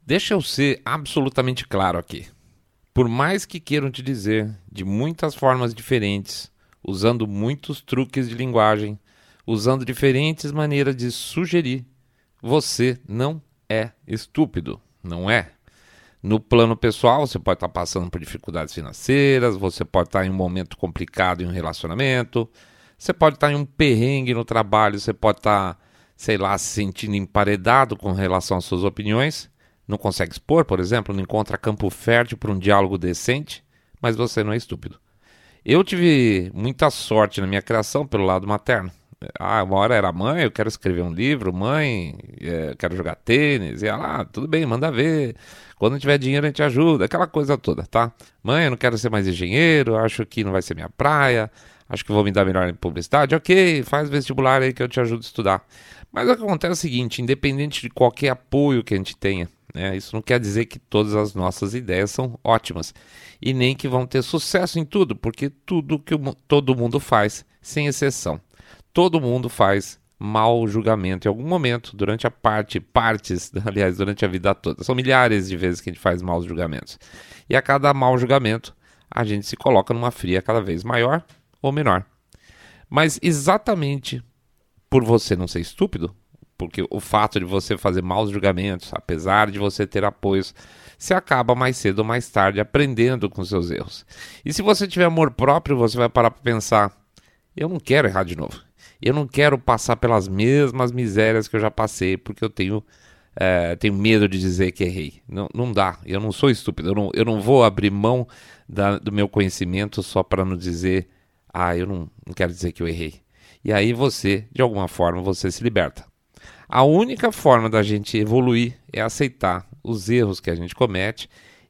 Deixa eu ser absolutamente claro aqui. Por mais que queiram te dizer de muitas formas diferentes, usando muitos truques de linguagem, usando diferentes maneiras de sugerir, você não é estúpido, não é? No plano pessoal, você pode estar passando por dificuldades financeiras, você pode estar em um momento complicado em um relacionamento, você pode estar em um perrengue no trabalho, você pode estar, sei lá, se sentindo emparedado com relação às suas opiniões, não consegue expor, por exemplo, não encontra campo fértil para um diálogo decente, mas você não é estúpido. Eu tive muita sorte na minha criação pelo lado materno. Uma hora era mãe, eu quero escrever um livro, mãe, eu quero jogar tênis, e ela, tudo bem, manda ver, quando tiver dinheiro a gente ajuda, aquela coisa toda, tá? Mãe, eu não quero ser mais engenheiro, acho que não vai ser minha praia, acho que vou me dar melhor em publicidade, ok, faz vestibular aí que eu te ajudo a estudar. Mas o que acontece é o seguinte, independente de qualquer apoio que a gente tenha, isso não quer dizer que todas as nossas ideias são ótimas e nem que vão ter sucesso em tudo, porque tudo que todo mundo faz, sem exceção, todo mundo faz mau julgamento em algum momento, durante durante a vida toda. São milhares de vezes que a gente faz maus julgamentos. E a cada mau julgamento, a gente se coloca numa fria cada vez maior ou menor. Mas exatamente por você não ser estúpido, porque o fato de você fazer maus julgamentos, apesar de você ter apoios, você acaba mais cedo ou mais tarde aprendendo com seus erros. E se você tiver amor próprio, você vai parar para pensar, eu não quero errar de novo. Eu não quero passar pelas mesmas misérias que eu já passei, porque eu tenho medo de dizer que errei. Não dá, eu não sou estúpido, eu não vou abrir mão do meu conhecimento só para não dizer, eu não quero dizer que eu errei. E aí você, de alguma forma, você se liberta. A única forma da gente evoluir é aceitar os erros que a gente comete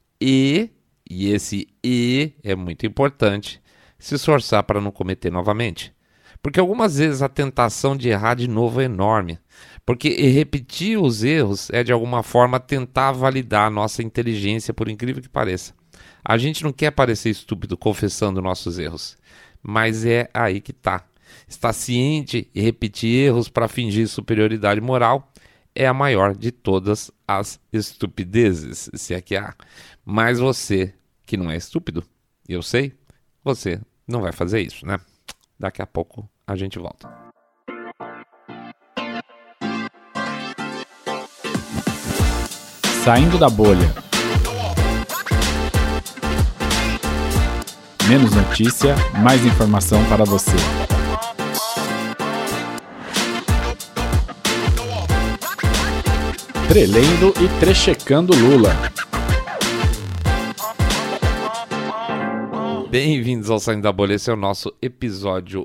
e esse é muito importante, se esforçar para não cometer novamente. Porque algumas vezes a tentação de errar de novo é enorme. Porque repetir os erros é de alguma forma tentar validar a nossa inteligência, por incrível que pareça. A gente não quer parecer estúpido confessando nossos erros, mas é aí que está. Estar ciente e repetir erros para fingir superioridade moral é a maior de todas as estupidezes, se é que há. Mas você, que não é estúpido, eu sei, você não vai fazer isso, né? Daqui a pouco a gente volta. Saindo da bolha. Menos notícia, mais informação para você. Trelendo e trechecando Lula. Bem-vindos ao Saindo da Bolha, esse é o nosso episódio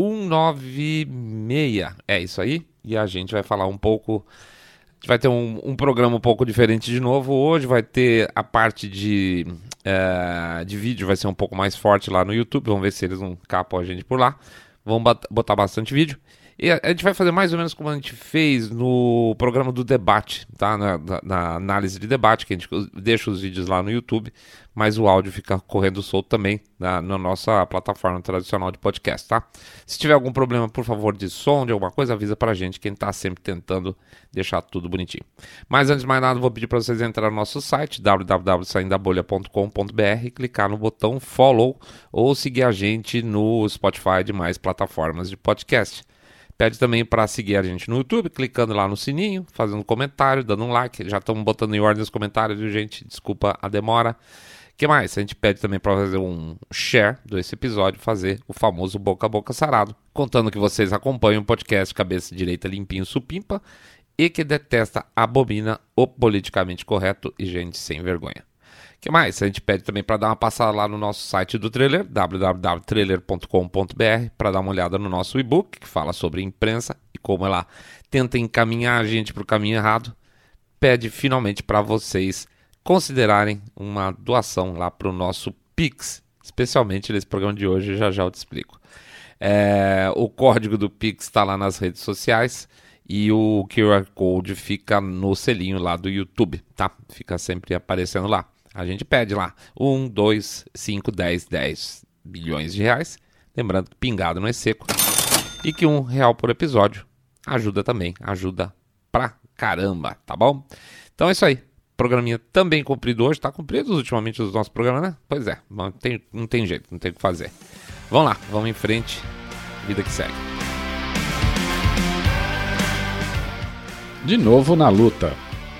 196. É isso aí, e a gente vai falar um pouco, a gente vai ter um programa um pouco diferente de novo. Hoje vai ter a parte de vídeo, vai ser um pouco mais forte lá no YouTube, vamos ver se eles não capam a gente por lá. Vamos botar bastante vídeo. E a gente vai fazer mais ou menos como a gente fez no programa do debate, tá? Na análise de debate, que a gente deixa os vídeos lá no YouTube, mas o áudio fica correndo solto também na nossa plataforma tradicional de podcast, tá? Se tiver algum problema, por favor, de som, de alguma coisa, avisa pra gente, que a gente tá sempre tentando deixar tudo bonitinho. Mas antes de mais nada, vou pedir para vocês entrarem no nosso site, www.saindabolha.com.br, clicar no botão follow ou seguir a gente no Spotify e demais plataformas de podcast. Pede também para seguir a gente no YouTube, clicando lá no sininho, fazendo um comentário, dando um like. Já estamos botando em ordem os comentários, viu, gente? Desculpa a demora. O que mais? A gente pede também para fazer um share desse episódio, fazer o famoso boca a boca sarado, contando que vocês acompanham o podcast Cabeça Direita Limpinho Supimpa e que detesta, abomina o politicamente correto e gente sem vergonha. O que mais? A gente pede também para dar uma passada lá no nosso site do Trailer, www.trailer.com.br, para dar uma olhada no nosso e-book, que fala sobre imprensa e como ela tenta encaminhar a gente para o caminho errado. Pede finalmente para vocês considerarem uma doação lá para o nosso Pix, especialmente nesse programa de hoje, já eu te explico. O código do Pix está lá nas redes sociais e o QR Code fica no selinho lá do YouTube, tá? Fica sempre aparecendo lá. A gente pede lá 1, 2, 5, 10 bilhões de reais. Lembrando que pingado não é seco. E que R$1 por episódio ajuda também. Ajuda pra caramba, tá bom? Então é isso aí. Programinha também cumprido hoje. Tá cumprido ultimamente os nossos programas, né? Pois é, não tem jeito, não tem o que fazer. Vamos lá, vamos em frente. Vida que segue. De novo na luta.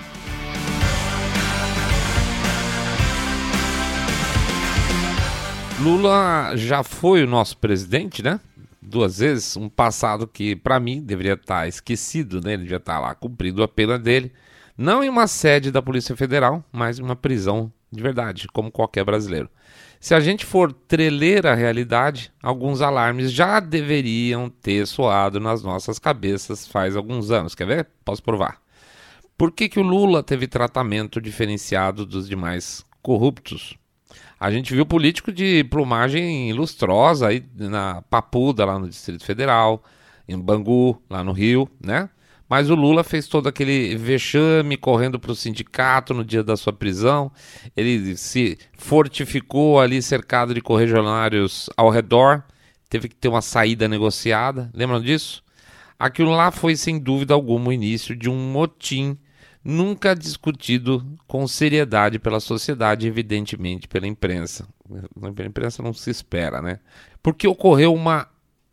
Lula já foi o nosso presidente, né? 2 vezes, um passado que para mim deveria estar esquecido, né? Ele devia estar lá cumprindo a pena dele, não em uma sede da Polícia Federal, mas em uma prisão de verdade, como qualquer brasileiro. Se a gente for treler a realidade, alguns alarmes já deveriam ter soado nas nossas cabeças faz alguns anos. Quer ver? Posso provar. Por que o Lula teve tratamento diferenciado dos demais corruptos? A gente viu político de plumagem lustrosa aí na Papuda, lá no Distrito Federal, em Bangu, lá no Rio, né? Mas o Lula fez todo aquele vexame correndo para o sindicato no dia da sua prisão. Ele se fortificou ali cercado de correligionários ao redor. Teve que ter uma saída negociada. Lembram disso? Aquilo lá foi, sem dúvida alguma, o início de um motim nunca discutido com seriedade pela sociedade, evidentemente pela imprensa. Pela imprensa não se espera, né? Porque ocorreu uma,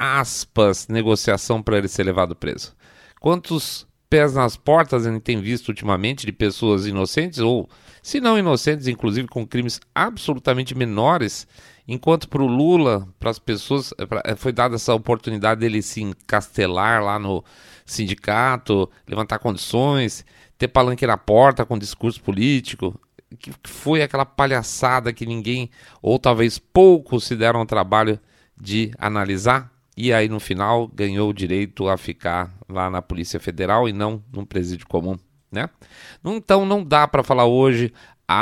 aspas, negociação para ele ser levado preso. Quantos pés nas portas a gente tem visto ultimamente de pessoas inocentes, ou se não inocentes, inclusive com crimes absolutamente menores, enquanto para o Lula, para as pessoas, foi dada essa oportunidade dele se encastelar lá no sindicato, levantar condições, ter palanque na porta com discurso político, que foi aquela palhaçada que ninguém, ou talvez poucos, se deram ao trabalho de analisar, e aí no final ganhou o direito a ficar lá na Polícia Federal e não num presídio comum, né? Então não dá para falar hoje,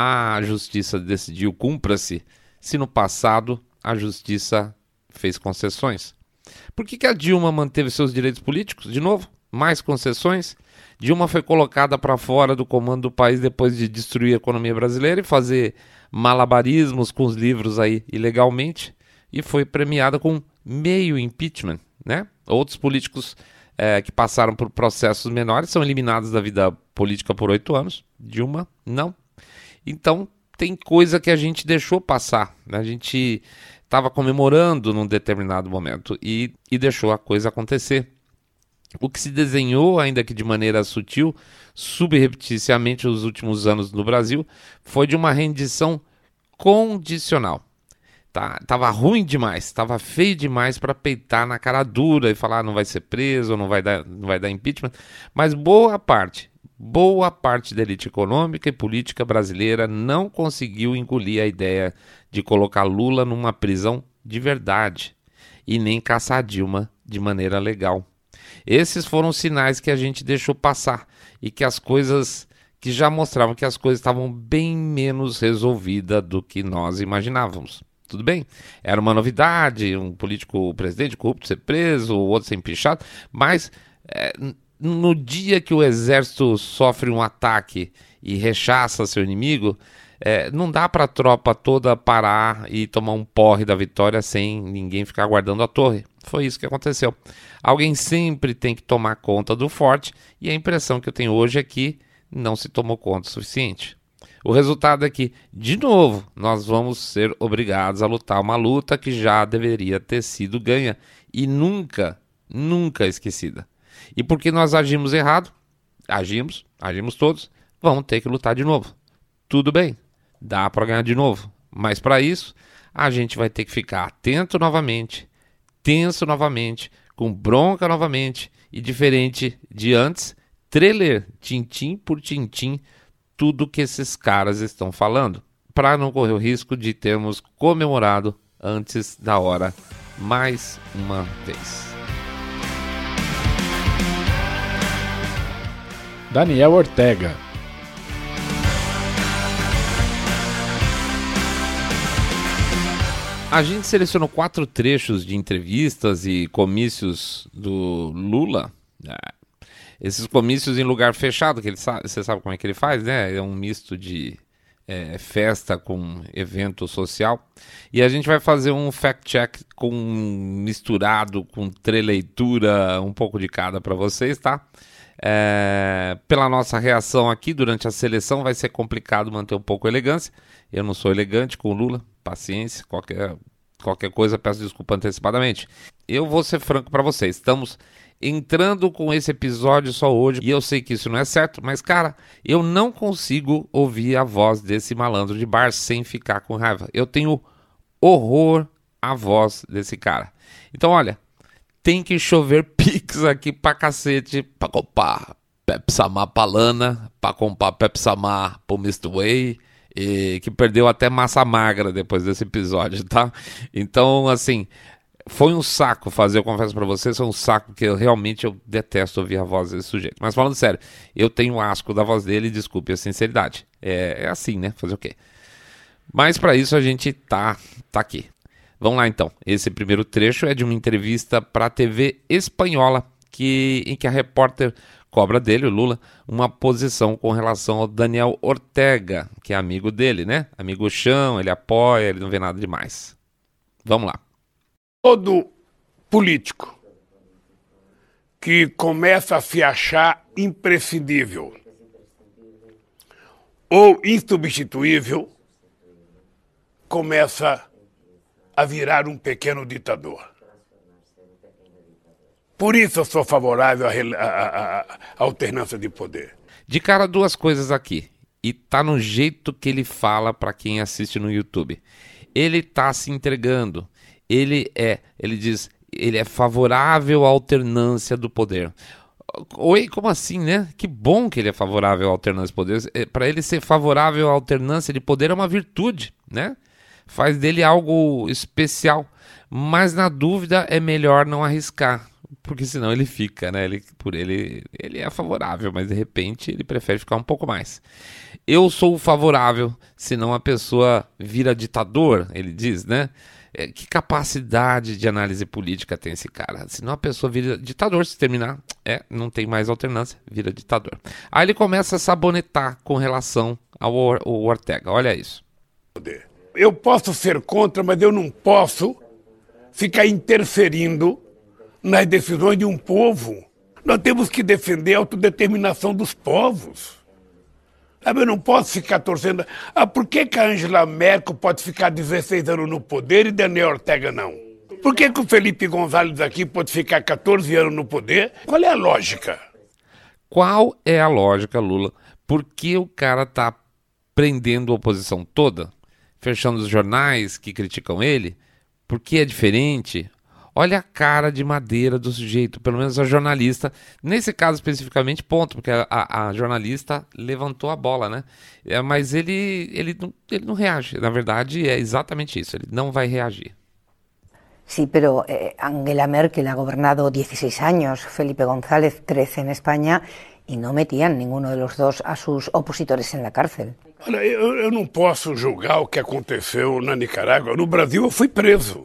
a justiça decidiu, cumpra-se, se no passado a justiça fez concessões. Por que a Dilma manteve seus direitos políticos? De novo, mais concessões. Dilma foi colocada para fora do comando do país depois de destruir a economia brasileira e fazer malabarismos com os livros aí ilegalmente, e foi premiada com meio impeachment, né? Outros políticos que passaram por processos menores são eliminados da vida política por 8 anos. Dilma, não. Então, tem coisa que a gente deixou passar, né? A gente estava comemorando num determinado momento e deixou a coisa acontecer. O que se desenhou, ainda que de maneira sutil, subrepticiamente nos últimos anos no Brasil, foi de uma rendição condicional. Tava ruim demais, estava feio demais para peitar na cara dura e falar não vai ser preso, não vai dar impeachment, mas boa parte da elite econômica e política brasileira não conseguiu engolir a ideia de colocar Lula numa prisão de verdade e nem caçar Dilma de maneira legal. Esses foram os sinais que a gente deixou passar e que as coisas que já mostravam que as coisas estavam bem menos resolvidas do que nós imaginávamos. Tudo bem, era uma novidade, um político, presidente corrupto ser preso, o outro ser empichado, mas no dia que o exército sofre um ataque e rechaça seu inimigo, não dá para a tropa toda parar e tomar um porre da vitória sem ninguém ficar guardando a torre. Foi isso que aconteceu. Alguém sempre tem que tomar conta do forte, e a impressão que eu tenho hoje é que não se tomou conta o suficiente. O resultado é que, de novo, nós vamos ser obrigados a lutar uma luta que já deveria ter sido ganha e nunca esquecida. E porque nós agimos errado, agimos todos, vamos ter que lutar de novo. Tudo bem, dá para ganhar de novo, mas para isso a gente vai ter que ficar atento novamente, tenso novamente, com bronca novamente e, diferente de antes, treler tintim por tintim tudo que esses caras estão falando, para não correr o risco de termos comemorado antes da hora mais uma vez. Daniel Ortega. A gente selecionou 4 trechos de entrevistas e comícios do Lula. Esses comícios em lugar fechado, que você sabe como é que ele faz, né? É um misto de festa com evento social. E a gente vai fazer um fact-check misturado com treleitura, um pouco de cada para vocês, tá? Pela nossa reação aqui durante a seleção, vai ser complicado manter um pouco a elegância. Eu não sou elegante com o Lula, paciência, qualquer coisa, peço desculpa antecipadamente. Eu vou ser franco para vocês, estamos entrando com esse episódio só hoje, e eu sei que isso não é certo, mas cara, eu não consigo ouvir a voz desse malandro de bar sem ficar com raiva. Eu tenho horror à voz desse cara. Então olha, tem que chover pix aqui pra cacete, pra comprar Pepsamar pra Lana, pra comprar Pepsamar pro Mr. Way, que perdeu até massa magra depois desse episódio, tá? Então, assim, foi um saco fazer, eu confesso pra vocês, foi um saco, porque eu detesto ouvir a voz desse sujeito. Mas falando sério, eu tenho asco da voz dele, desculpe a sinceridade. É assim, né? Fazer o quê? Mas pra isso a gente tá aqui. Vamos lá então, esse primeiro trecho é de uma entrevista para a TV espanhola, em que a repórter cobra dele, o Lula, uma posição com relação ao Daniel Ortega, que é amigo dele, né? Amigo chão, ele apoia, ele não vê nada demais. Vamos lá. Todo político que começa a se achar imprescindível ou insubstituível começa a virar um pequeno ditador. Por isso eu sou favorável à alternância de poder. De cara, duas coisas aqui. E tá no jeito que ele fala para quem assiste no YouTube. Ele tá se entregando. Ele diz, ele é favorável à alternância do poder. Oi, como assim, né? Que bom que ele é favorável à alternância de poder. Para ele ser favorável à alternância de poder é uma virtude, né? Faz dele algo especial, mas na dúvida é melhor não arriscar, porque senão ele fica, né? Ele é favorável, mas de repente ele prefere ficar um pouco mais. Eu sou favorável, senão a pessoa vira ditador, ele diz, né? Que capacidade de análise política tem esse cara? Senão a pessoa vira ditador, se terminar, não tem mais alternância, vira ditador. Aí ele começa a sabonetar com relação ao Ortega, olha isso. Eu posso ser contra, mas eu não posso ficar interferindo nas decisões de um povo. Nós temos que defender a autodeterminação dos povos. Sabe, eu não posso ficar torcendo. Por que a Angela Merkel pode ficar 16 anos no poder e Daniel Ortega não? Por que o Felipe González aqui pode ficar 14 anos no poder? Qual é a lógica? Qual é a lógica, Lula? Por que o cara tá prendendo a oposição toda? Fechando os jornais que criticam ele? Por que é diferente? Olha a cara de madeira do sujeito, pelo menos a jornalista. Nesse caso especificamente, ponto, porque a jornalista levantou a bola, né? Mas ele não reage. Na verdade, é exatamente isso, ele não vai reagir. Sí, pero Angela Merkel ha gobernado 16 años, Felipe González 13 en España y no metían ninguno de los dos a sus opositores en la cárcel. Olha, eu não posso julgar o que aconteceu na Nicarágua. No Brasil eu fui preso.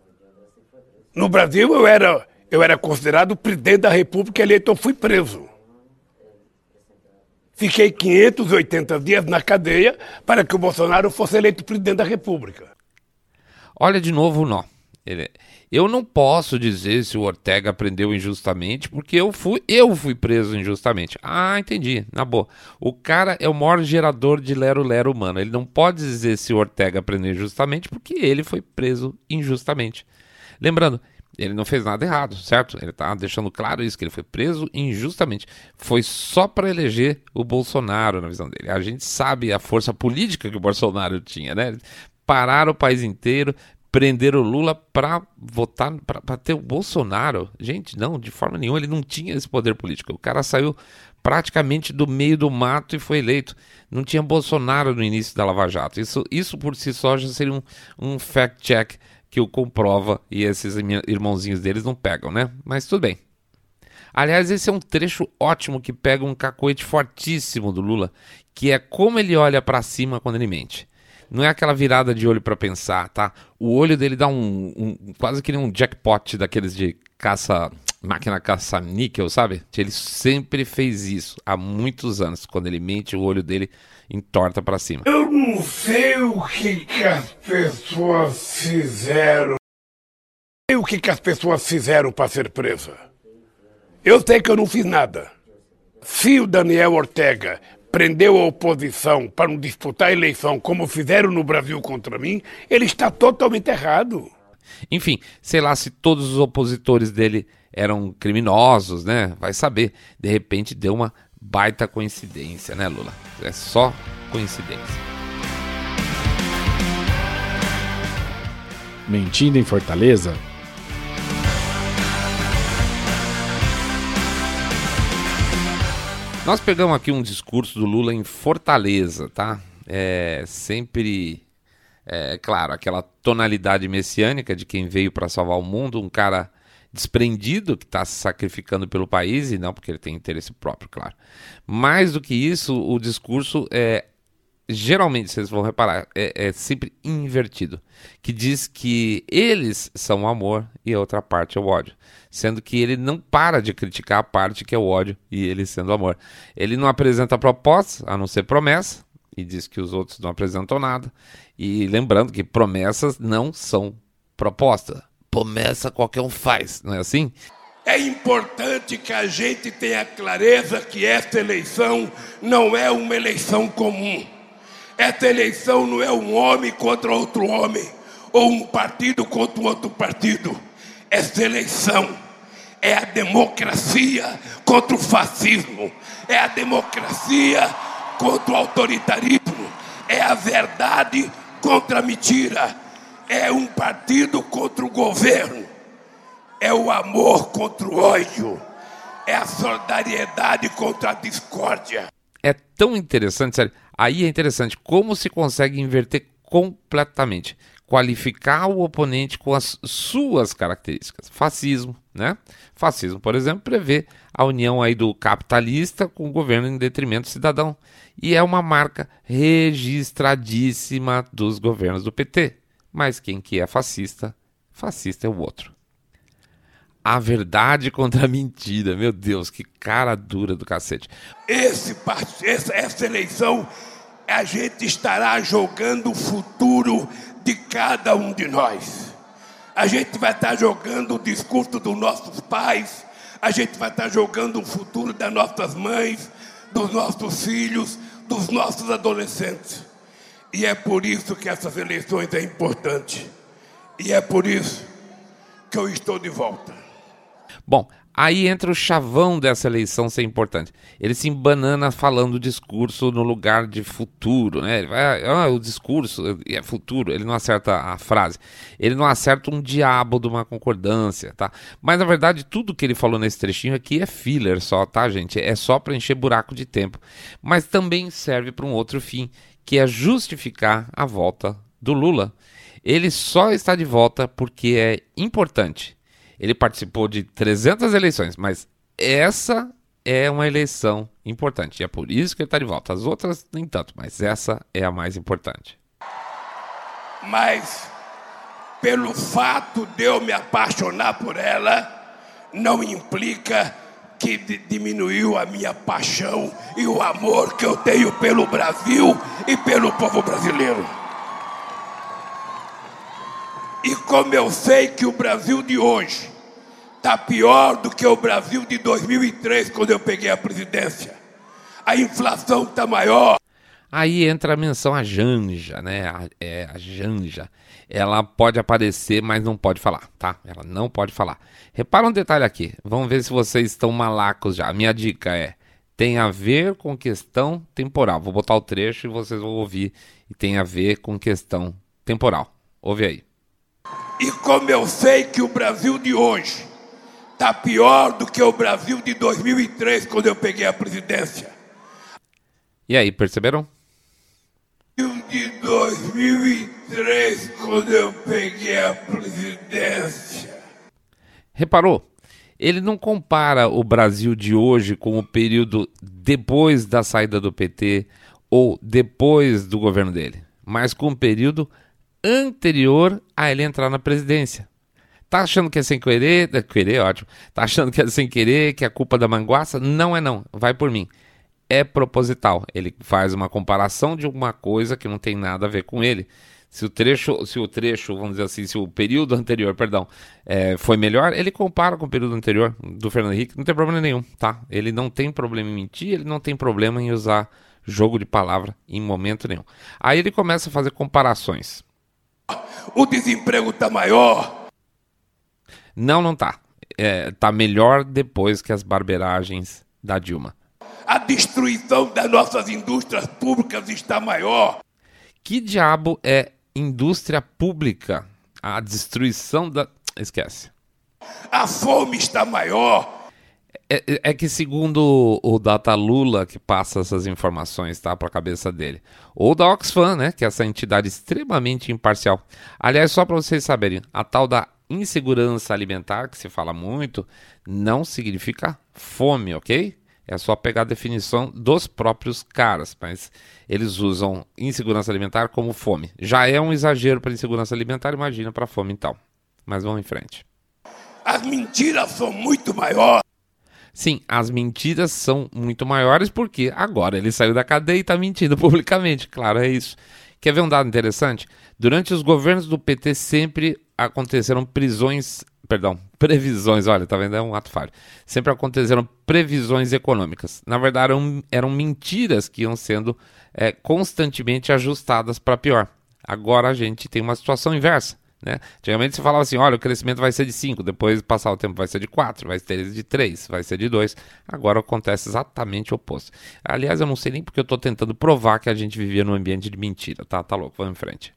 No Brasil eu era considerado presidente da República eleito, eu fui preso. Fiquei 580 dias na cadeia para que o Bolsonaro fosse eleito presidente da República. Olha de novo o nó. Eu não posso dizer se o Ortega prendeu injustamente, porque eu fui preso injustamente. Ah, entendi, na boa. O cara é o maior gerador de lero-lero humano. Ele não pode dizer se o Ortega prendeu injustamente, porque ele foi preso injustamente. Lembrando, ele não fez nada errado, certo? Ele tá deixando claro isso, que ele foi preso injustamente. Foi só para eleger o Bolsonaro, na visão dele. A gente sabe a força política que o Bolsonaro tinha, né? Pararam o país inteiro, prenderam o Lula para votar, para ter o Bolsonaro. Gente, não, de forma nenhuma, ele não tinha esse poder político. O cara saiu praticamente do meio do mato e foi eleito. Não tinha Bolsonaro no início da Lava Jato. Isso por si só já seria um fact-check que o comprova, e esses irmãozinhos deles não pegam, né? Mas tudo bem. Aliás, esse é um trecho ótimo que pega um cacoete fortíssimo do Lula, que é como ele olha para cima quando ele mente. Não é aquela virada de olho para pensar, tá? O olho dele dá quase que um jackpot daqueles de máquina caça-níquel, sabe? Ele sempre fez isso há muitos anos. Quando ele mente, o olho dele entorta para cima. Eu não sei o que as pessoas fizeram. Eu não sei o que as pessoas fizeram para ser presa. Eu sei que eu não fiz nada. Se o Daniel Ortega prendeu a oposição para não disputar a eleição como fizeram no Brasil contra mim, ele está totalmente errado. Enfim, sei lá se todos os opositores dele eram criminosos, né? Vai saber. De repente deu uma baita coincidência, né, Lula? É só coincidência. Mentindo em Fortaleza? Nós pegamos aqui um discurso do Lula em Fortaleza, tá? Claro, aquela tonalidade messiânica de quem veio para salvar o mundo, um cara desprendido que está se sacrificando pelo país, e não porque ele tem interesse próprio, claro. Mais do que isso, o discurso geralmente, vocês vão reparar, é sempre invertido, que diz que eles são o amor e a outra parte é o ódio, sendo que ele não para de criticar a parte que é o ódio e ele sendo o amor. Ele não apresenta propostas, a não ser promessa, e diz que os outros não apresentam nada, e lembrando que promessas não são propostas. Promessa qualquer um faz, não é assim? É importante que a gente tenha clareza que esta eleição não é uma eleição comum. Esta eleição não é um homem contra outro homem, ou um partido contra outro partido. Esta eleição é a democracia contra o fascismo, é a democracia contra o autoritarismo, é a verdade contra a mentira, é um partido contra o governo, é o amor contra o ódio, é a solidariedade contra a discórdia. É tão interessante, sério. Aí é interessante como se consegue inverter completamente, qualificar o oponente com as suas características. Fascismo, né? Fascismo, por exemplo, prevê a união aí do capitalista com o governo em detrimento do cidadão. E é uma marca registradíssima dos governos do PT. Mas quem que é fascista? Fascista é o outro. A verdade contra a mentira. Meu Deus, que cara dura do cacete. Essa eleição, a gente estará jogando o futuro de cada um de nós. A gente vai estar jogando o discurso dos nossos pais, a gente vai estar jogando o futuro das nossas mães, dos nossos filhos, dos nossos adolescentes. E é por isso que essas eleições é importante. E é por isso que eu estou de volta. Bom, aí entra o chavão dessa eleição ser importante. Ele se embanana falando o discurso no lugar de futuro, né? Ele vai, o discurso é futuro, ele não acerta a frase. Ele não acerta um diabo de uma concordância, tá? Mas, na verdade, tudo que ele falou nesse trechinho aqui é filler só, tá, gente? É só para encher buraco de tempo. Mas também serve para um outro fim, que é justificar a volta do Lula. Ele só está de volta porque é importante. Ele participou de 300 eleições, mas essa é uma eleição importante. E é por isso que ele está de volta. As outras, nem tanto, mas essa é a mais importante. Mas, pelo fato de eu me apaixonar por ela, não implica que diminuiu a minha paixão e o amor que eu tenho pelo Brasil e pelo povo brasileiro. E como eu sei que o Brasil de hoje está pior do que o Brasil de 2003, quando eu peguei a presidência, a inflação está maior. Aí entra a menção à Janja, né? A Janja. Ela pode aparecer, mas não pode falar, tá? Ela não pode falar. Repara um detalhe aqui. Vamos ver se vocês estão malacos já. A minha dica tem a ver com questão temporal. Vou botar o trecho e vocês vão ouvir. E tem a ver com questão temporal. Ouve aí. E como eu sei que o Brasil de hoje está pior do que o Brasil de 2003, quando eu peguei a presidência. E aí, perceberam? O de 2003, quando eu peguei a presidência. Reparou? Ele não compara o Brasil de hoje com o período depois da saída do PT ou depois do governo dele, mas com o período anterior a ele entrar na presidência. Tá achando que é sem querer? Querer, ótimo. Tá achando que é sem querer, que é culpa da manguaça? Não é não, vai por mim. É proposital. Ele faz uma comparação de uma coisa que não tem nada a ver com ele. Se o trecho, vamos dizer assim, se o período anterior, foi melhor, ele compara com o período anterior do Fernando Henrique, não tem problema nenhum, tá? Ele não tem problema em mentir, ele não tem problema em usar jogo de palavra em momento nenhum. Aí ele começa a fazer comparações. O desemprego está maior. Não tá. Tá melhor depois que as barbeiragens da Dilma. A destruição das nossas indústrias públicas está maior. Que diabo é indústria pública? A destruição da... Esquece. A fome está maior. É que segundo o Data Lula, que passa essas informações, tá, para a cabeça dele, ou da Oxfam, né, que é essa entidade extremamente imparcial. Aliás, só para vocês saberem, a tal da insegurança alimentar, que se fala muito, não significa fome, ok? É só pegar a definição dos próprios caras, mas eles usam insegurança alimentar como fome. Já é um exagero para insegurança alimentar, imagina para fome então. Mas vamos em frente. As mentiras são muito maiores. Sim, as mentiras são muito maiores porque agora ele saiu da cadeia e está mentindo publicamente. Claro, é isso. Quer ver um dado interessante? Durante os governos do PT sempre aconteceram previsões, olha, tá vendo? É um ato falho. Sempre aconteceram previsões econômicas. Na verdade, eram mentiras que iam sendo constantemente ajustadas para pior. Agora a gente tem uma situação inversa. Né? Antigamente você falava assim, olha, o crescimento vai ser de 5, depois passar o tempo vai ser de 4, vai ser de 3, vai ser de 2. Agora acontece exatamente o oposto. Aliás, eu não sei nem porque eu estou tentando provar que a gente vivia num ambiente de mentira. Tá louco, vamos em frente.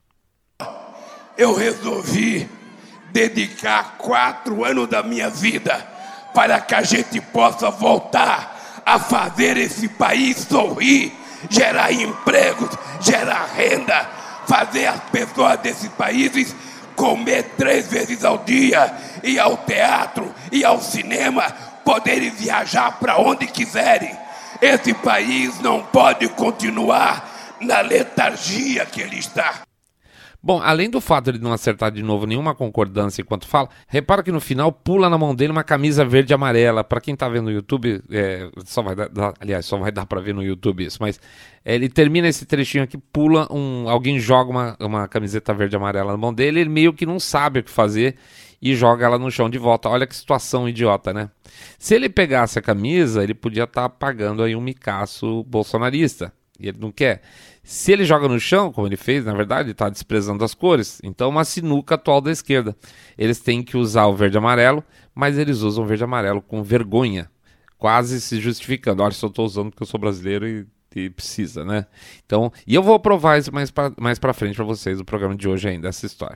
Eu resolvi dedicar 4 anos da minha vida para que a gente possa voltar a fazer esse país sorrir, gerar empregos, gerar renda, fazer as pessoas desse país comer 3 vezes ao dia, ir ao teatro, ir ao cinema, poderem viajar para onde quiserem. Esse país não pode continuar na letargia que ele está. Bom, além do fato de ele não acertar de novo nenhuma concordância enquanto fala, repara que no final pula na mão dele uma camisa verde e amarela. Para quem tá vendo no YouTube, só vai dar para ver no YouTube isso, mas ele termina esse trechinho aqui, alguém joga uma camiseta verde e amarela na mão dele, ele meio que não sabe o que fazer e joga ela no chão de volta. Olha que situação idiota, né? Se ele pegasse a camisa, ele podia estar pagando aí um micaço bolsonarista, e ele não quer. Se ele joga no chão, como ele fez, na verdade, ele está desprezando as cores. Então, uma sinuca atual da esquerda. Eles têm que usar o verde e amarelo, mas eles usam o verde e amarelo com vergonha, quase se justificando. Olha, só estou usando porque eu sou brasileiro e precisa, né? Então, e eu vou provar isso mais para frente para vocês, no programa de hoje ainda, essa história.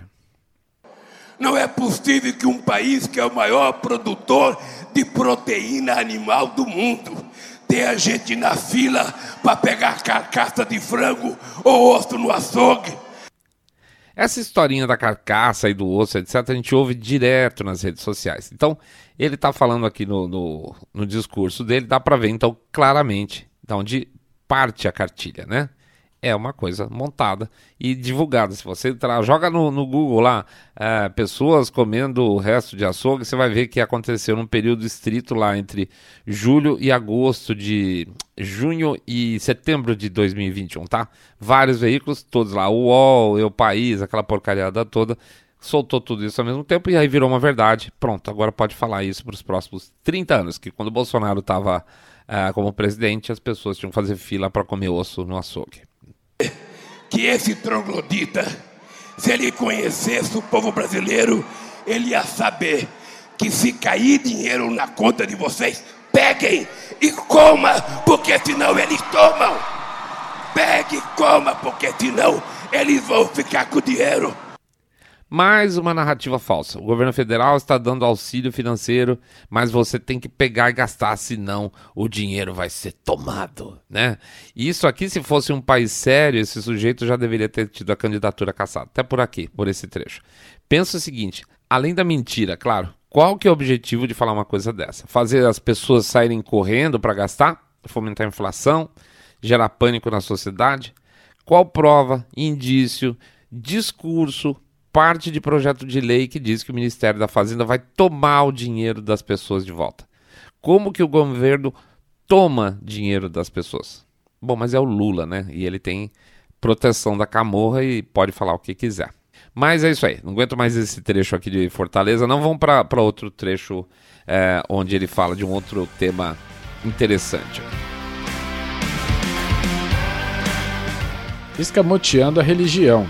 Não é possível que um país que é o maior produtor de proteína animal do mundo tenha gente na fila para pegar carcaça de frango ou osso no açougue. Essa historinha da carcaça e do osso, etc., a gente ouve direto nas redes sociais. Então, ele está falando aqui no discurso dele, dá para ver, então, claramente, de onde parte a cartilha, né? É uma coisa montada e divulgada. Se você joga no Google lá, pessoas comendo o resto de açougue, você vai ver que aconteceu num período estrito lá entre junho e setembro de 2021, tá? Vários veículos, todos lá, o UOL, o País, aquela porcariada toda, soltou tudo isso ao mesmo tempo e aí virou uma verdade. Pronto, agora pode falar isso para os próximos 30 anos, que quando o Bolsonaro estava como presidente, as pessoas tinham que fazer fila para comer osso no açougue. Que esse troglodita, se ele conhecesse o povo brasileiro, ele ia saber que se cair dinheiro na conta de vocês, peguem e coma, porque senão eles tomam. Pegue e coma, porque senão eles vão ficar com o dinheiro. Mais uma narrativa falsa. O governo federal está dando auxílio financeiro, mas você tem que pegar e gastar, senão o dinheiro vai ser tomado, né? E isso aqui, se fosse um país sério, esse sujeito já deveria ter tido a candidatura cassada. Até por aqui, por esse trecho. Pensa o seguinte, além da mentira, claro, qual que é o objetivo de falar uma coisa dessa? Fazer as pessoas saírem correndo para gastar? Fomentar a inflação? Gerar pânico na sociedade? Qual prova, indício, discurso, parte de projeto de lei que diz que o Ministério da Fazenda vai tomar o dinheiro das pessoas de volta? Como que o governo toma dinheiro das pessoas? Bom, mas é o Lula, né? E ele tem proteção da Camorra e pode falar o que quiser. Mas é isso aí, não aguento mais esse trecho aqui de Fortaleza, não vamos para outro trecho onde ele fala de um outro tema interessante. Escamoteando a religião.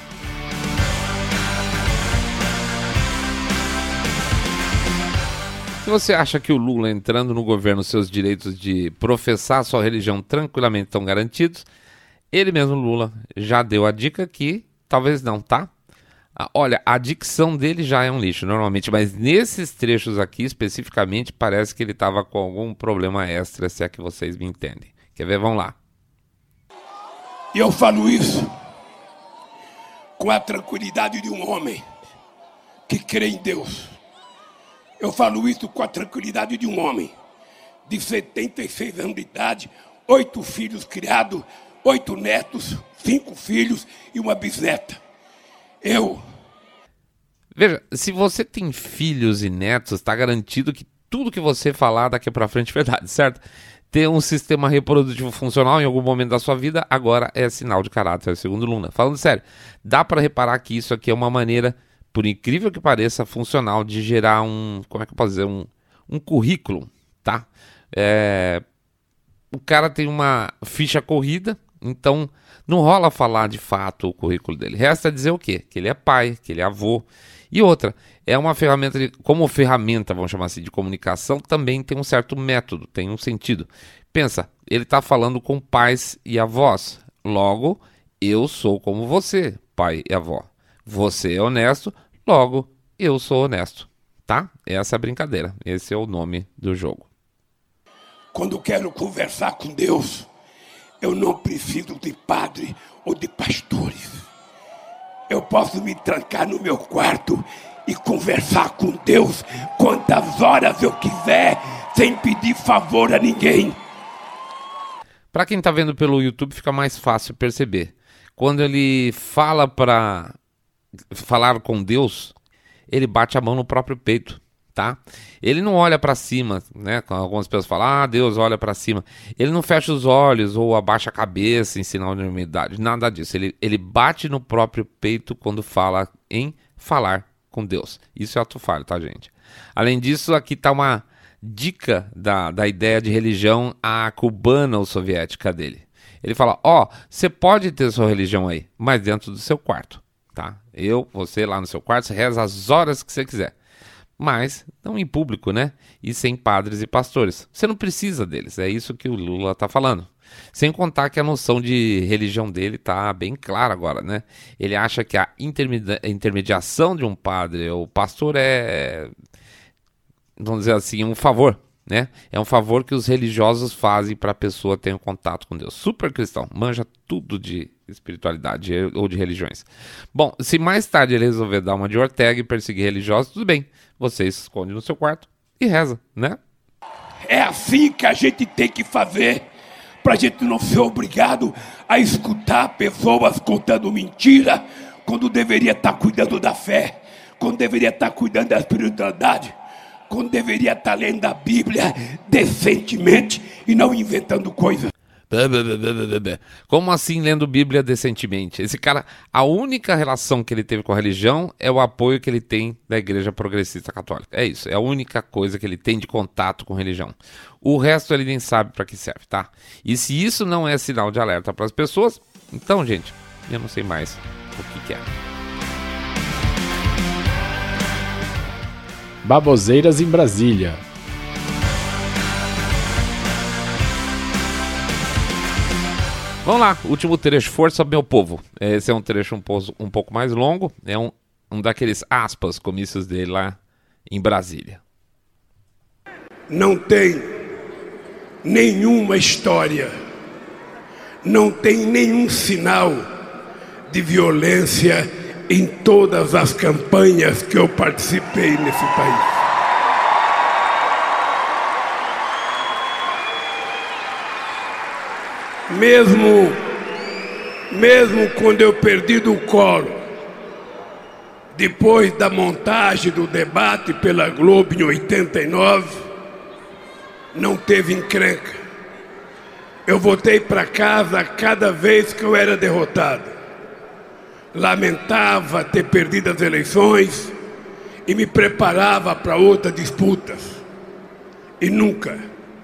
Se você acha que o Lula entrando no governo, seus direitos de professar sua religião tranquilamente estão garantidos, ele mesmo, Lula, já deu a dica que talvez não, tá? Olha, a dicção dele já é um lixo normalmente, mas nesses trechos aqui especificamente parece que ele estava com algum problema extra, se é que vocês me entendem. Quer ver? Vamos lá. E eu falo isso com a tranquilidade de um homem que crê em Deus. Eu falo isso com a tranquilidade de um homem de 76 anos de idade, 8 filhos criados, 8 netos, 5 filhos e uma bisneta. Veja, se você tem filhos e netos, está garantido que tudo que você falar daqui para frente é verdade, certo? Ter um sistema reprodutivo funcional em algum momento da sua vida, agora é sinal de caráter, segundo Lula. Falando sério, dá para reparar que isso aqui é uma maneira, por incrível que pareça, funcional de gerar como é que eu posso dizer, um currículo, tá? O cara tem uma ficha corrida, então não rola falar de fato o currículo dele. Resta dizer o quê? Que ele é pai, que ele é avô. E outra, é uma ferramenta, como ferramenta, vamos chamar assim, de comunicação, também tem um certo método, tem um sentido. Pensa, ele está falando com pais e avós. Logo, eu sou como você, pai e avó. Você é honesto, logo, eu sou honesto. Tá? Essa é a brincadeira, esse é o nome do jogo. Quando quero conversar com Deus, eu não preciso de padre ou de pastores. Eu posso me trancar no meu quarto e conversar com Deus quantas horas eu quiser, sem pedir favor a ninguém. Para quem está vendo pelo YouTube, fica mais fácil perceber. Quando ele fala para falar com Deus, ele bate a mão no próprio peito, tá? Ele não olha para cima, né? Algumas pessoas falam, Deus olha para cima. Ele não fecha os olhos ou abaixa a cabeça em sinal de humildade, nada disso. Ele bate no próprio peito quando fala em falar com Deus. Isso é ato falho, tá, gente? Além disso, aqui tá uma dica da ideia de religião a cubana ou soviética dele. Ele fala, você pode ter sua religião aí, mas dentro do seu quarto, tá? Você lá no seu quarto, você reza as horas que você quiser. Mas não em público, né? E sem padres e pastores. Você não precisa deles, é isso que o Lula está falando. Sem contar que a noção de religião dele está bem clara agora, né? Ele acha que a intermediação de um padre ou pastor é, vamos dizer assim, um favor, né? É um favor que os religiosos fazem para a pessoa ter um contato com Deus. Super cristão, manja tudo de espiritualidade ou de religiões. Bom, se mais tarde ele resolver dar uma de Ortega e perseguir religiosos, tudo bem. Você se esconde no seu quarto e reza, né? É assim que a gente tem que fazer, pra gente não ser obrigado a escutar pessoas contando mentira, quando deveria estar cuidando da fé, quando deveria estar cuidando da espiritualidade, quando deveria estar lendo a Bíblia decentemente e não inventando coisas. Como assim lendo Bíblia decentemente? Esse cara, a única relação que ele teve com a religião é o apoio que ele tem da Igreja Progressista Católica. É isso, é a única coisa que ele tem de contato com religião. O resto ele nem sabe para que serve, tá? E se isso não é sinal de alerta para as pessoas, então, gente, eu não sei mais o que é. Baboseiras em Brasília. Vamos lá, último trecho, Força Meu Povo. Esse é um trecho um pouco mais longo, é um daqueles aspas comícios dele lá em Brasília. Não tem nenhuma história, não tem nenhum sinal de violência em todas as campanhas que eu participei nesse país. Mesmo quando eu perdi do colo, depois da montagem do debate pela Globo em 89, não teve encrenca. Eu voltei para casa cada vez que eu era derrotado. Lamentava ter perdido as eleições e me preparava para outras disputas. E nunca,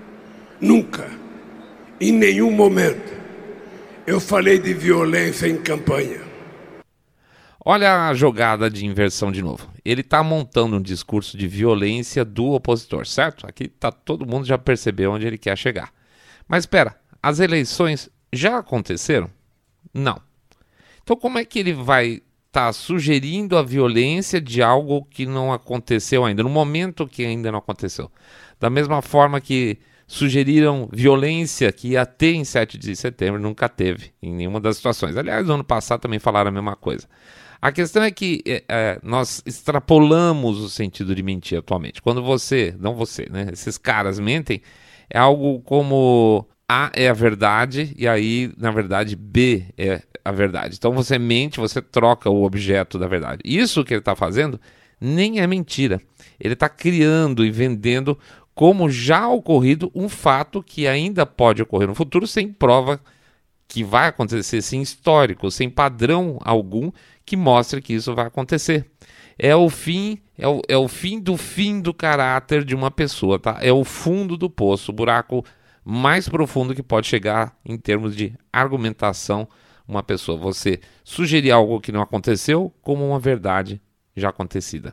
em nenhum momento, eu falei de violência em campanha. Olha a jogada de inversão de novo. Ele está montando um discurso de violência do opositor, certo? Aqui todo mundo já percebeu onde ele quer chegar. Mas espera, as eleições já aconteceram? Não. Então como é que ele vai estar sugerindo a violência de algo que não aconteceu ainda, no momento que ainda não aconteceu? Da mesma forma que sugeriram violência que ia ter em 7 de setembro, nunca teve em nenhuma das situações. Aliás, no ano passado também falaram a mesma coisa. A questão é que nós extrapolamos o sentido de mentir atualmente. Quando não você, né? Esses caras mentem, é algo como A é a verdade e aí, na verdade, B é a verdade. Então você mente, você troca o objeto da verdade. Isso que ele está fazendo nem é mentira. Ele está criando e vendendo como já ocorrido um fato que ainda pode ocorrer no futuro sem prova que vai acontecer, sem histórico, sem padrão algum que mostre que isso vai acontecer. É o fim do caráter de uma pessoa, tá? É o fundo do poço, o buraco mais profundo que pode chegar em termos de argumentação uma pessoa. Você sugerir algo que não aconteceu como uma verdade já acontecida.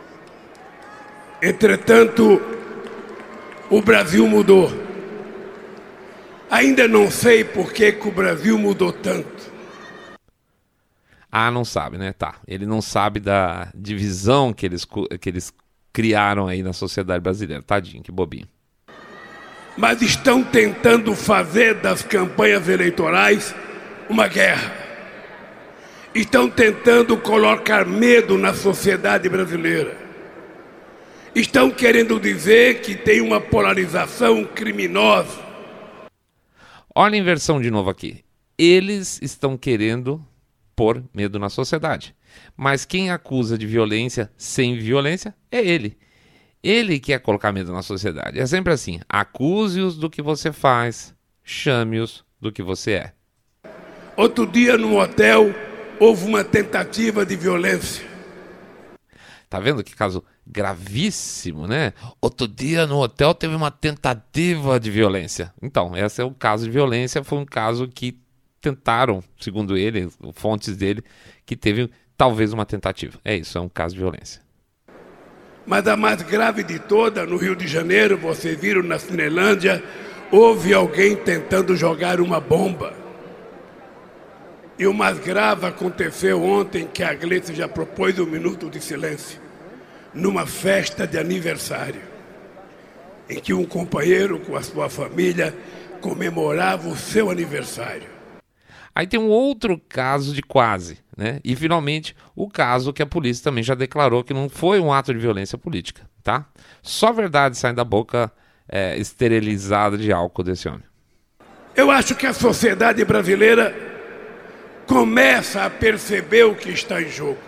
Entretanto, o Brasil mudou. Ainda não sei por que o Brasil mudou tanto. Ah, não sabe, né? Tá. Ele não sabe da divisão que eles criaram aí na sociedade brasileira. Tadinho, que bobinho. Mas estão tentando fazer das campanhas eleitorais uma guerra. Estão tentando colocar medo na sociedade brasileira. Estão querendo dizer que tem uma polarização criminosa. Olha a inversão de novo aqui. Eles estão querendo pôr medo na sociedade. Mas quem acusa de violência sem violência é ele. Ele quer colocar medo na sociedade. É sempre assim. Acuse-os do que você faz, chame-os do que você é. Outro dia no hotel houve uma tentativa de violência. Tá vendo que caso gravíssimo, né? Outro dia no hotel teve uma tentativa de violência. Então, esse é o caso de violência, foi um caso que tentaram, segundo ele, fontes dele, que teve talvez uma tentativa. É isso, é um caso de violência. Mas a mais grave de toda, no Rio de Janeiro, vocês viram na Cinelândia, houve alguém tentando jogar uma bomba. E o mais grave aconteceu ontem, que a Gleice já propôs 1 minuto de silêncio, numa festa de aniversário, em que um companheiro com a sua família comemorava o seu aniversário. Aí tem um outro caso de quase, né? E finalmente o caso que a polícia também já declarou que não foi um ato de violência política, tá? Só verdade sai da boca esterilizada de álcool desse homem. Eu acho que a sociedade brasileira começa a perceber o que está em jogo.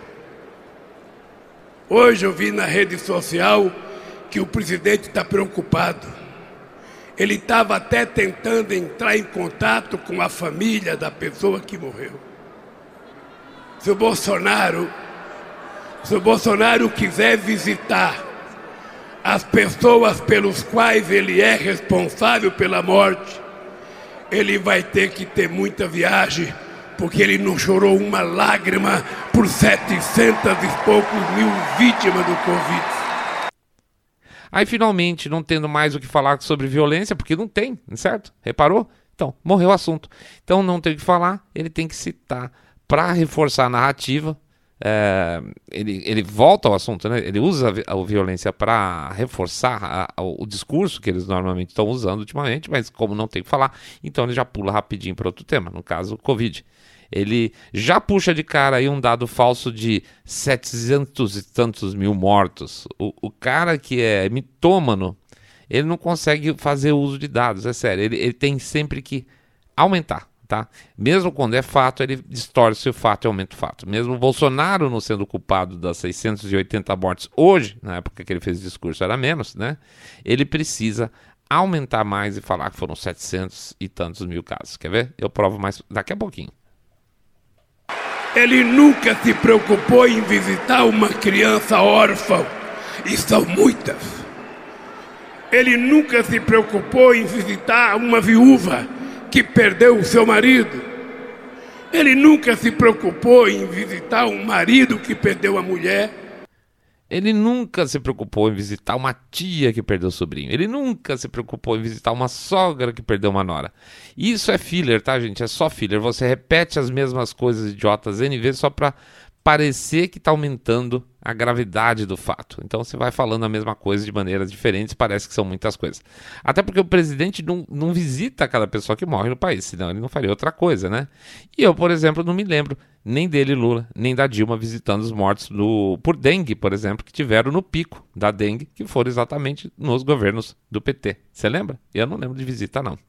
Hoje eu vi na rede social que o presidente está preocupado. Ele estava até tentando entrar em contato com a família da pessoa que morreu. Se o Bolsonaro quiser visitar as pessoas pelos quais ele é responsável pela morte, ele vai ter que ter muita viagem, porque ele não chorou uma lágrima por 700 e poucos mil vítimas do Covid. Aí finalmente, não tendo mais o que falar sobre violência, porque não tem, certo? Reparou? Então, morreu o assunto. Então não tem o que falar, ele tem que citar para reforçar a narrativa. Ele volta ao assunto, né? Ele usa a violência para reforçar o discurso que eles normalmente estão usando ultimamente, mas como não tem o que falar, então ele já pula rapidinho para outro tema, no caso, o Covid. Ele já puxa de cara aí um dado falso de 700 e tantos mil mortos. O cara que é mitômano, ele não consegue fazer uso de dados, é sério. Ele tem sempre que aumentar, tá? Mesmo quando é fato, ele distorce o fato e aumenta o fato. Mesmo o Bolsonaro não sendo culpado das 680 mortes hoje, na época que ele fez o discurso era menos, né? Ele precisa aumentar mais e falar que foram 700 e tantos mil casos. Quer ver? Eu provo mais daqui a pouquinho. Ele nunca se preocupou em visitar uma criança órfã, e são muitas. Ele nunca se preocupou em visitar uma viúva que perdeu o seu marido. Ele nunca se preocupou em visitar um marido que perdeu a mulher. Ele nunca se preocupou em visitar uma tia que perdeu o sobrinho. Ele nunca se preocupou em visitar uma sogra que perdeu uma nora. Isso é filler, tá, gente? É só filler. Você repete as mesmas coisas idiotas N vezes só para parecer que está aumentando a gravidade do fato. Então você vai falando a mesma coisa de maneiras diferentes, parece que são muitas coisas. Até porque o presidente não visita cada pessoa que morre no país, senão ele não faria outra coisa, né? E eu, por exemplo, não me lembro nem dele, Lula, nem da Dilma visitando os mortos por dengue, por exemplo, que tiveram no pico da dengue, que foram exatamente nos governos do PT. Você lembra? Eu não lembro de visita, não.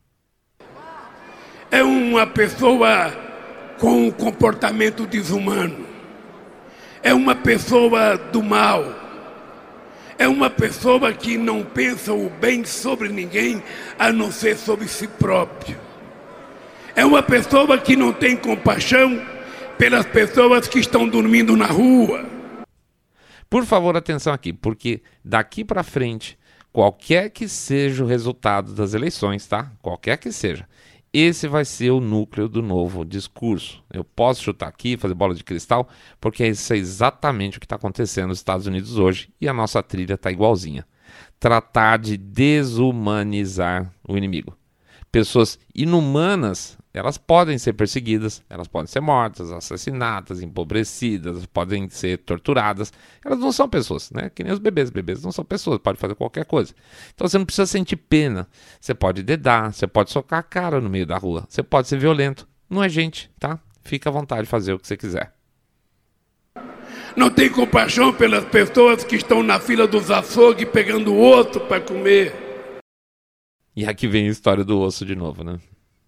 É uma pessoa com um comportamento desumano. É uma pessoa do mal. É uma pessoa que não pensa o bem sobre ninguém, a não ser sobre si próprio. É uma pessoa que não tem compaixão pelas pessoas que estão dormindo na rua. Por favor, atenção aqui, porque daqui para frente, qualquer que seja o resultado das eleições, tá? Qualquer que seja, esse vai ser o núcleo do novo discurso. Eu posso chutar aqui, fazer bola de cristal, porque isso é exatamente o que está acontecendo nos Estados Unidos hoje e a nossa trilha está igualzinha. Tratar de desumanizar o inimigo. Pessoas inumanas, elas podem ser perseguidas, elas podem ser mortas, assassinadas, empobrecidas, podem ser torturadas. Elas não são pessoas, né? Que nem os bebês. Bebês não são pessoas, podem fazer qualquer coisa. Então você não precisa sentir pena. Você pode dedar, você pode socar a cara no meio da rua, você pode ser violento. Não é gente, tá? Fica à vontade de fazer o que você quiser. Não tem compaixão pelas pessoas que estão na fila dos açougues pegando osso para comer. E aqui vem a história do osso de novo, né?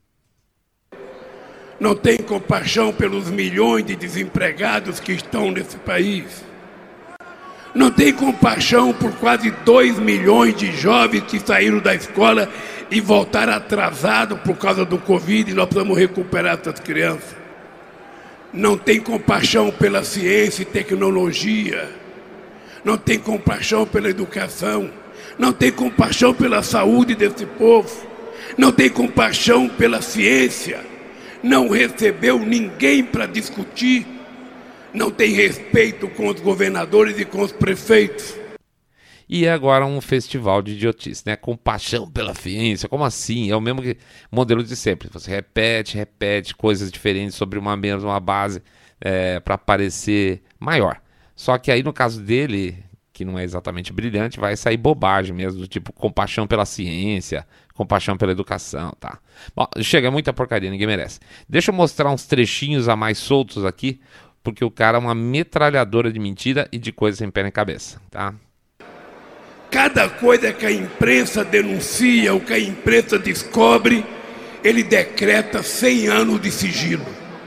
Não tem compaixão pelos milhões de desempregados que estão nesse país. Não tem compaixão por quase 2 milhões de jovens que saíram da escola e voltaram atrasados por causa do Covid e nós precisamos recuperar essas crianças. Não tem compaixão pela ciência e tecnologia. Não tem compaixão pela educação. Não tem compaixão pela saúde desse povo. Não tem compaixão pela ciência. Não recebeu ninguém para discutir. Não tem respeito com os governadores e com os prefeitos. E é agora um festival de idiotice, né? Compaixão pela ciência, como assim? É o mesmo modelo de sempre. Você repete coisas diferentes sobre uma mesma base para parecer maior. Só que aí no caso dele, que não é exatamente brilhante, vai sair bobagem mesmo, do tipo compaixão pela ciência, compaixão pela educação, tá? Bom, chega, é muita porcaria, ninguém merece. Deixa eu mostrar uns trechinhos a mais soltos aqui, porque o cara é uma metralhadora de mentira e de coisa sem pé nem cabeça, tá? Cada coisa que a imprensa denuncia, ou que a imprensa descobre, ele decreta 100 anos de sigilo.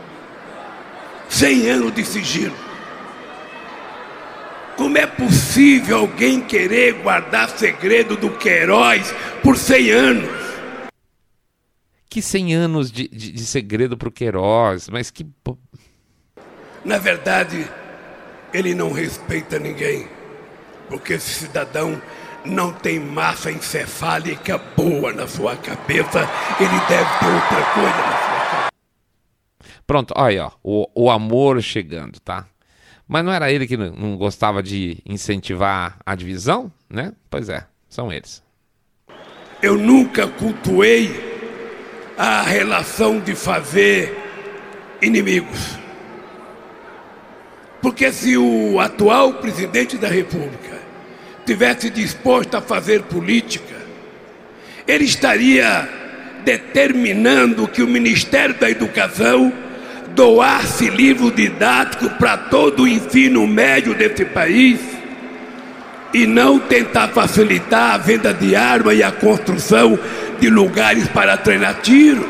100 anos de sigilo. Como é possível alguém querer guardar segredo do Queiroz por 100 anos? Que 100 anos de segredo pro Queiroz, mas que... Na verdade, ele não respeita ninguém, porque esse cidadão não tem massa encefálica boa na sua cabeça, ele deve ter outra coisa na sua cabeça. Pronto, olha, ó, o amor chegando, tá? Mas não era ele que não gostava de incentivar a divisão, né? Pois é, são eles. Eu nunca cultuei a relação de fazer inimigos. Porque se o atual presidente da República tivesse disposto a fazer política, ele estaria determinando que o Ministério da Educação doasse livro didático para todo o ensino médio desse país e não tentar facilitar a venda de arma e a construção de lugares para treinar tiro.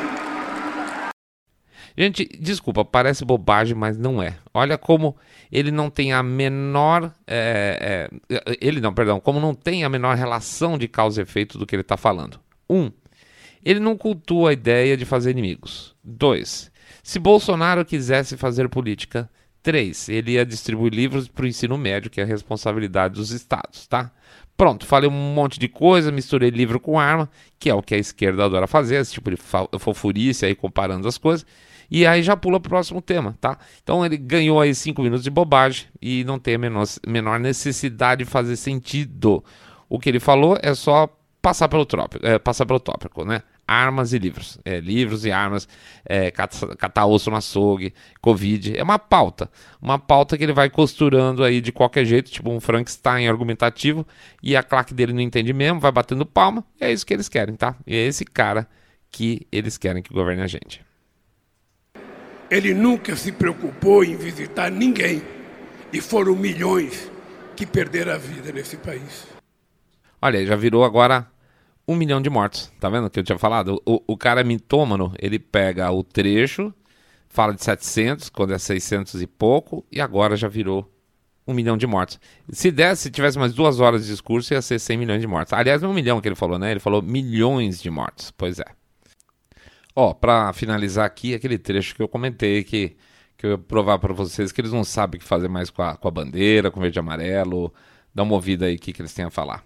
Gente, desculpa, parece bobagem, mas não é. Olha como ele não tem a menor... como não tem a menor relação de causa e efeito do que ele está falando. Ele não cultua a ideia de fazer inimigos. 2. Se Bolsonaro quisesse fazer política. 3. Ele ia distribuir livros para o ensino médio, que é a responsabilidade dos estados, tá? Pronto, falei um monte de coisa, misturei livro com arma, que é o que a esquerda adora fazer, esse tipo de fofurice aí comparando as coisas, e aí já pula pro próximo tema, tá? Então ele ganhou aí 5 minutos de bobagem e não tem a menor necessidade de fazer sentido. O que ele falou é só passar pelo tópico, né? Armas e livros. Livros e armas, catar osso no açougue, Covid. É uma pauta que ele vai costurando aí de qualquer jeito, tipo um Frankenstein argumentativo, e a claque dele não entende mesmo, vai batendo palma, e é isso que eles querem, tá? E é esse cara que eles querem que governe a gente. Ele nunca se preocupou em visitar ninguém, e foram milhões que perderam a vida nesse país. Olha, já virou agora 1 milhão de mortos, tá vendo o que eu tinha falado? O cara mitômano, ele pega o trecho, fala de 700, quando é 600 e pouco, e agora já virou 1 milhão de mortos. Se tivesse mais 2 horas de discurso, ia ser 100 milhões de mortos. Aliás, não é 1 milhão que ele falou, né? Ele falou milhões de mortos, pois é. Ó, pra finalizar aqui, aquele trecho que eu comentei, que eu ia provar pra vocês que eles não sabem o que fazer mais com a bandeira, com verde e amarelo. Dá uma ouvida aí, o que eles têm a falar.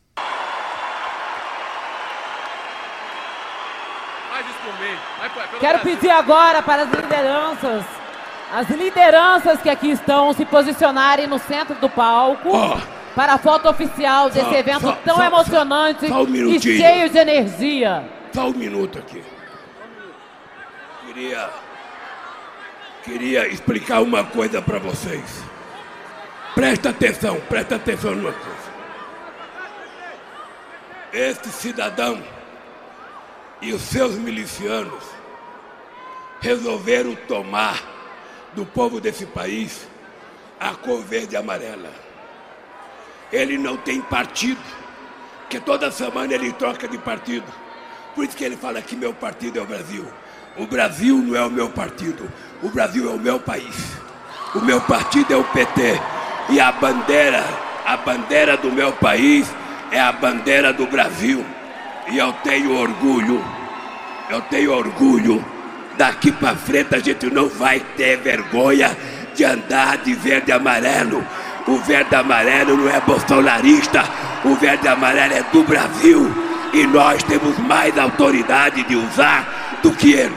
Quero pedir agora para as lideranças que aqui estão se posicionarem no centro do palco para a foto oficial desse evento tão emocionante e cheio de energia. Só um minuto aqui. Queria explicar uma coisa para vocês. Presta atenção numa coisa. Este cidadão e os seus milicianos resolveram tomar do povo desse país a cor verde e amarela. Ele não tem partido, porque toda semana ele troca de partido. Por isso que ele fala que meu partido é o Brasil. O Brasil não é o meu partido, o Brasil é o meu país. O meu partido é o PT. E a bandeira do meu país é a bandeira do Brasil. E eu tenho orgulho. Daqui pra frente a gente não vai ter vergonha de andar de verde e amarelo. O verde e amarelo não é bolsonarista, o verde e amarelo é do Brasil. E nós temos mais autoridade de usar do que eles.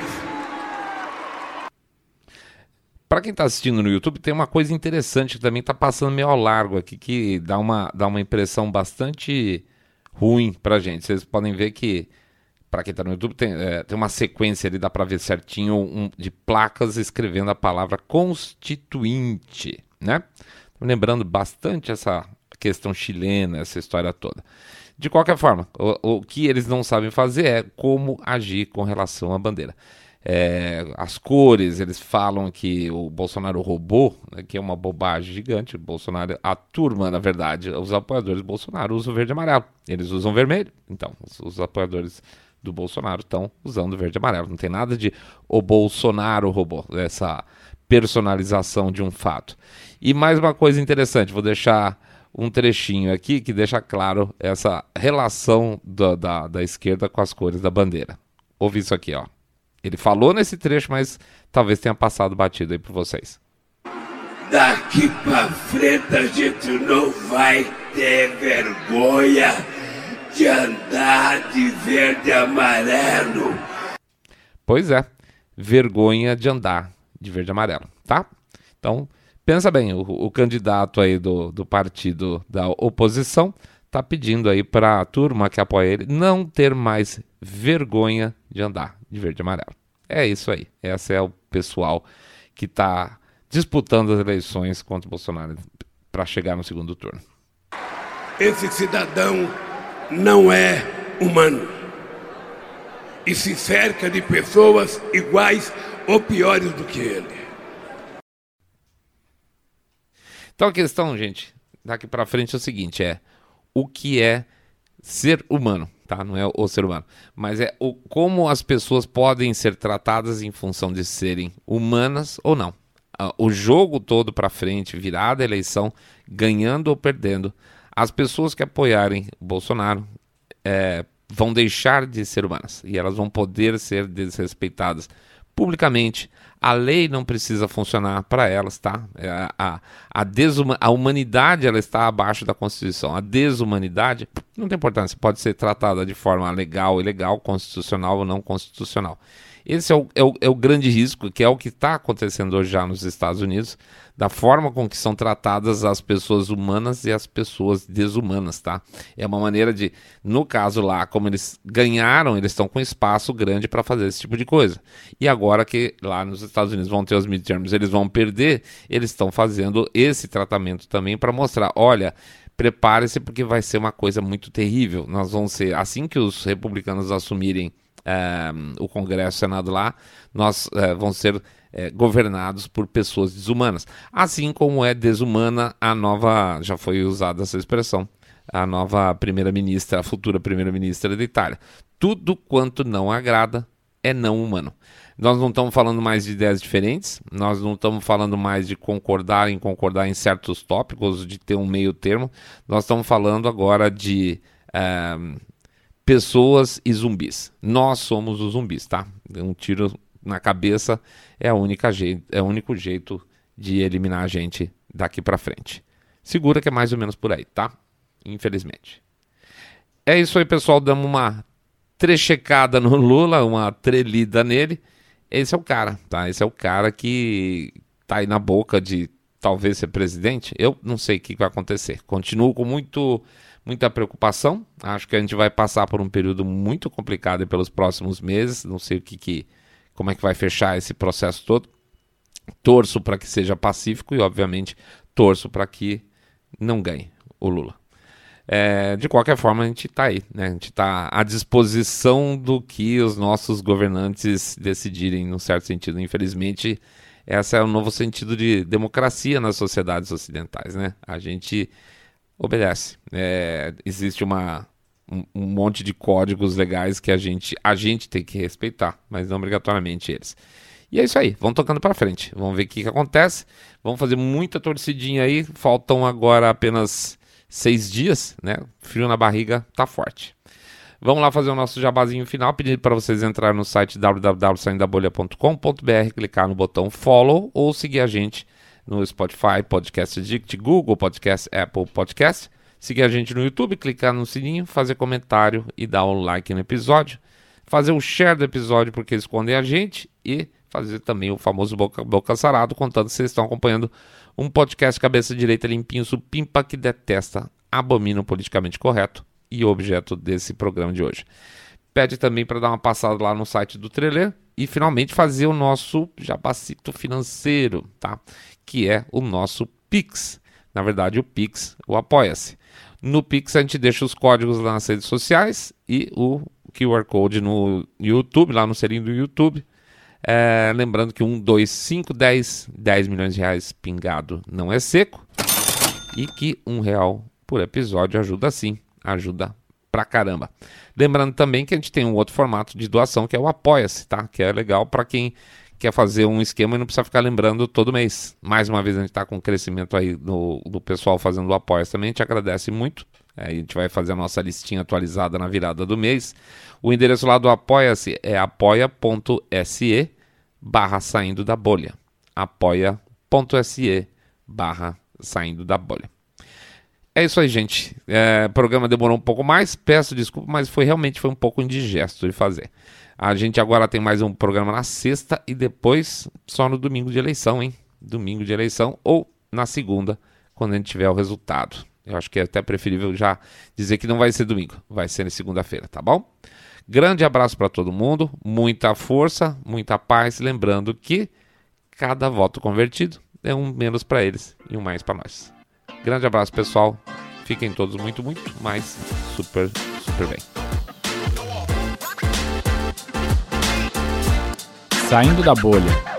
Para quem está assistindo no YouTube, tem uma coisa interessante que também está passando meio ao largo aqui, que dá uma impressão bastante ruim pra gente. Vocês podem ver que, para quem está no YouTube, tem uma sequência ali, dá para ver certinho, de placas escrevendo a palavra constituinte, né? Lembrando bastante essa questão chilena, essa história toda. De qualquer forma, o que eles não sabem fazer é como agir com relação à bandeira. As cores, eles falam que o Bolsonaro roubou, né, que é uma bobagem gigante. O Bolsonaro, a turma, na verdade, os apoiadores do Bolsonaro usam verde e amarelo. Eles usam vermelho. Então, os apoiadores do Bolsonaro estão usando verde e amarelo. Não tem nada de o Bolsonaro roubou, essa personalização de um fato. E mais uma coisa interessante, vou deixar um trechinho aqui que deixa claro essa relação da esquerda com as cores da bandeira. Ouve isso aqui, ó. Ele falou nesse trecho, mas talvez tenha passado batido aí por vocês. Daqui pra frente a gente não vai ter vergonha de andar de verde e amarelo. Pois é, vergonha de andar de verde e amarelo, tá? Então, pensa bem, o candidato aí do partido da oposição tá pedindo aí para a turma que apoia ele não ter mais vergonha de andar de verde e amarelo. É isso aí. Esse é o pessoal que está disputando as eleições contra o Bolsonaro para chegar no segundo turno. Esse cidadão não é humano e se cerca de pessoas iguais ou piores do que ele. Então a questão, gente, daqui para frente é o seguinte, o que é ser humano, tá? Não é o ser humano, mas como as pessoas podem ser tratadas em função de serem humanas ou não. O jogo todo para frente, virada a eleição, ganhando ou perdendo, as pessoas que apoiarem o Bolsonaro vão deixar de ser humanas e elas vão poder ser desrespeitadas publicamente. A lei não precisa funcionar para elas, tá? A humanidade ela está abaixo da Constituição. A desumanidade não tem importância, pode ser tratada de forma legal, ilegal, constitucional ou não constitucional. Esse é o grande risco, que é o que está acontecendo hoje já nos Estados Unidos, da forma com que são tratadas as pessoas humanas e as pessoas desumanas, tá? É uma maneira de, no caso lá, como eles ganharam, eles estão com espaço grande para fazer esse tipo de coisa. E agora que lá nos Estados Unidos vão ter os midterms, eles vão perder, eles estão fazendo esse tratamento também para mostrar, olha, prepare-se porque vai ser uma coisa muito terrível. Nós vamos ser, assim que os republicanos assumirem o Congresso e o Senado lá, nós vamos ser governados por pessoas desumanas. Assim como é desumana a nova, já foi usada essa expressão, a nova primeira-ministra, a futura primeira-ministra da Itália. Tudo quanto não agrada é não humano. Nós não estamos falando mais de ideias diferentes, nós não estamos falando mais de concordar em certos tópicos, de ter um meio termo, nós estamos falando agora de pessoas e zumbis. Nós somos os zumbis, tá? Um tiro na cabeça é o único jeito de eliminar a gente daqui pra frente. Segura que é mais ou menos por aí, tá? Infelizmente. É isso aí, pessoal. Damos uma trechecada no Lula, uma trelida nele. Esse é o cara, tá? Esse é o cara que tá aí na boca de talvez ser presidente. Eu não sei o que vai acontecer. Continuo com muita preocupação. Acho que a gente vai passar por um período muito complicado pelos próximos meses. Não sei como é que vai fechar esse processo todo. Torço para que seja pacífico e, obviamente, torço para que não ganhe o Lula. De qualquer forma, a gente está aí, né? A gente está à disposição do que os nossos governantes decidirem, num certo sentido. Infelizmente, esse é o novo sentido de democracia nas sociedades ocidentais, né? A gente obedece. Existe um monte de códigos legais que a gente tem que respeitar, mas não obrigatoriamente eles. E é isso aí, vamos tocando para frente. Vamos ver o que acontece. Vamos fazer muita torcidinha aí. Faltam agora apenas 6 dias, né? Frio na barriga tá forte. Vamos lá fazer o nosso jabazinho final. Pedir para vocês entrarem no site www.saindabolha.com.br, clicar no botão follow ou seguir a gente no Spotify, Podcast Addict, Google Podcast, Apple Podcast. Seguir a gente no YouTube, clicar no sininho, fazer comentário e dar um like no episódio. Fazer o share do episódio porque escondem a gente e fazer também o famoso boca sarado, contando que vocês estão acompanhando um podcast cabeça direita, limpinho, supimpa, que detesta, abomina o politicamente correto e o objeto desse programa de hoje. Pede também para dar uma passada lá no site do Trelê e finalmente fazer o nosso jabacito financeiro, tá? Que é o nosso Pix. Na verdade, o Pix, o Apoia-se. No Pix a gente deixa os códigos lá nas redes sociais e o QR Code no YouTube, lá no selinho do YouTube. Lembrando que 1, 2, 5, 10 milhões de reais pingado não é seco. E que R$1 por episódio ajuda sim, ajuda pra caramba. Lembrando também que a gente tem um outro formato de doação que é o Apoia-se, tá? Que é legal para quem quer fazer um esquema e não precisa ficar lembrando todo mês. Mais uma vez a gente está com um crescimento aí do pessoal fazendo o Apoia-se também, a gente agradece muito. A gente vai fazer a nossa listinha atualizada na virada do mês. O endereço lá do Apoia-se é apoia.se/saindo da bolha. apoia.se/saindo da bolha. É isso aí, gente. O programa demorou um pouco mais, peço desculpa, mas realmente foi um pouco indigesto de fazer. A gente agora tem mais um programa na sexta e depois só no domingo de eleição, hein? Domingo de eleição ou na segunda, quando a gente tiver o resultado. Eu acho que é até preferível já dizer que não vai ser domingo, vai ser na segunda-feira, tá bom? Grande abraço para todo mundo, muita força, muita paz. Lembrando que cada voto convertido é um menos para eles e um mais para nós. Grande abraço, pessoal. Fiquem todos muito, mais super bem. Saindo da bolha.